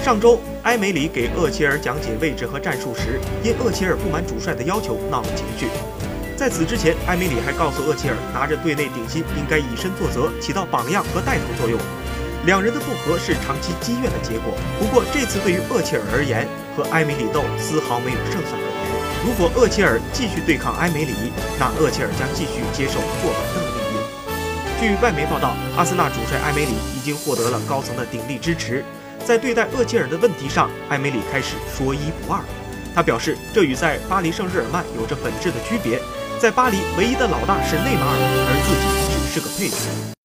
上周，埃梅里给厄齐尔讲解位置和战术时，因厄齐尔不满主帅的要求闹了情绪。在此之前，埃梅里还告诉厄齐尔，拿着队内顶薪应该以身作则，起到榜样和带头作用。两人的不和是长期积怨的结果。不过这次对于厄齐尔而言，和埃梅里斗丝毫没有胜算可言。如果厄齐尔继续对抗埃梅里，那厄齐尔将继续接受坐板凳的命运。据外媒报道，阿森纳主帅埃梅里已经获得了高层的鼎力支持。在对待厄齐尔的问题上，埃梅里开始说一不二。他表示，这与在巴黎圣日耳曼有着本质的区别。在巴黎，唯一的老大是内马尔，而自己只是个配角。